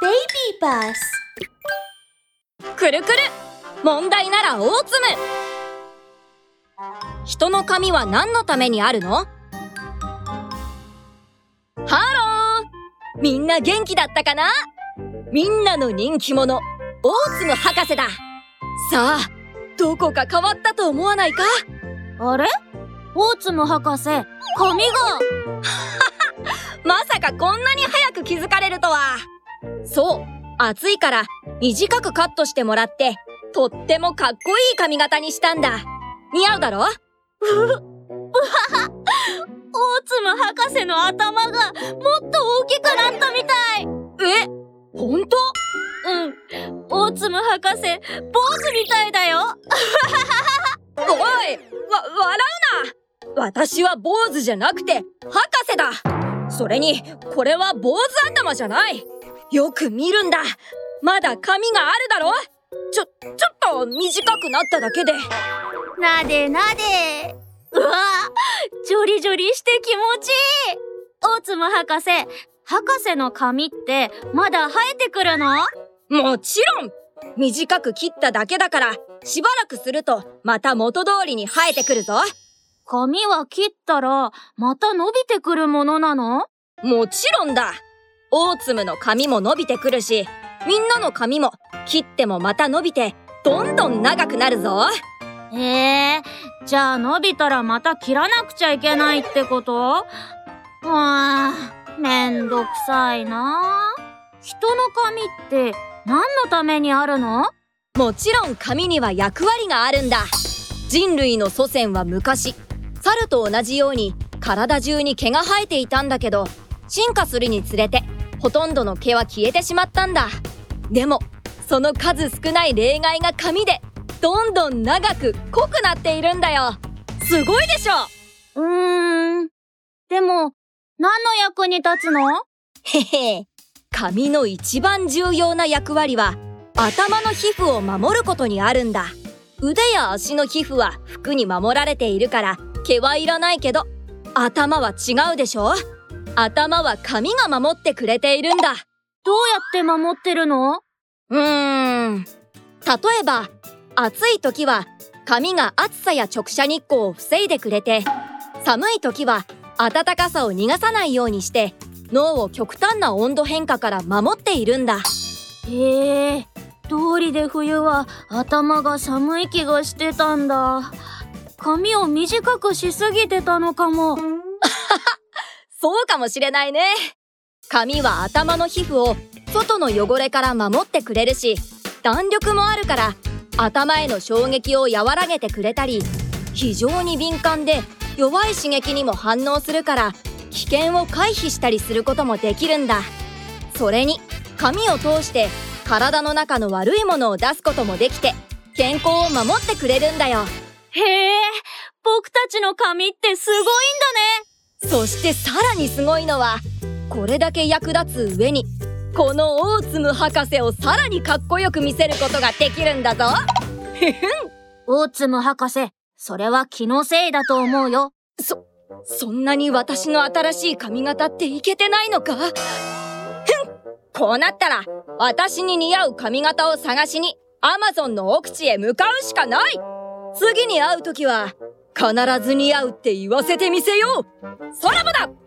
Baby Bus。 くるくる問題ならオーツム。人の髪は何のためにあるの？ハロー、みんな元気だったかな？みんなの人気者オーツム博士だ。さあ、どこか変わったと思わないか？ あれ？オーツム博士、髪がまさかこんなに早く気づかれるとは。そう、暑いから短くカットしてもらって、とってもかっこいい髪型にしたんだ。似合うだろ？ オーツム博士の頭がもっと大きくなったみたい。 え、ほんと？ うん、オーツム博士、坊主みたいだよ。 おい、笑うな。私は坊主じゃなくて博士だ。それにこれは坊主頭じゃない。よく見るんだ。まだ髪があるだろ。ちょっと短くなっただけで。 なでなで。うわ、ジョリジョリして気持ちいい。オーツム博士、博士の髪ってまだ生えてくるの？ もちろん。短く切っただけだから、しばらくするとまた元通りに生えてくるぞ。 髪は切ったらまた伸びてくるものなの？ もちろんだ。オーツムの髪も伸びてくるし、みんなの髪も切ってもまた伸びてどんどん長くなるぞ。 じゃあ伸びたらまた切らなくちゃいけないってこと？めんどくさいな。人の髪って何のためにあるの？ もちろん髪には役割があるんだ。人類の祖先は昔、猿と同じように体中に毛が生えていたんだけど、進化するにつれてほとんどの毛は消えてしまったんだ。でもその数少ない例外が髪でどんどん長く濃くなっているんだよ。すごいでしょ？ でも何の役に立つの？ へへ、髪の一番重要な役割は頭の皮膚を守ることにあるんだ。腕や足の皮膚は服に守られているから毛はいらないけど、頭は違うでしょ？頭は髪が守ってくれているんだ。 どうやって守ってるの？ 例えば暑い時は髪が暑さや直射日光を防いでくれて、寒い時は暖かさを逃がさないようにして脳を極端な温度変化から守っているんだ。 道理で冬は頭が寒い気がしてたんだ。髪を短くしすぎてたのかも。 そうかもしれないね。髪は頭の皮膚を外の汚れから守ってくれるし、弾力もあるから頭への衝撃を和らげてくれたり、非常に敏感で弱い刺激にも反応するから危険を回避したりすることもできるんだ。それに髪を通して体の中の悪いものを出すこともできて、健康を守ってくれるんだよ。 僕たちの髪ってすごいんだね。 そしてさらにすごいのは、これだけ役立つ上にこのオーツム博士をさらにかっこよく見せることができるんだぞ。 オーツム博士、それは気のせいだと思うよ。 そんなに私の新しい髪型ってイケてないのか？こうなったら私に似合う髪型を探しにアマゾンの奥地へ向かうしかない。次に会うときは必ず似合うって言わせてみせよう。さらばだ！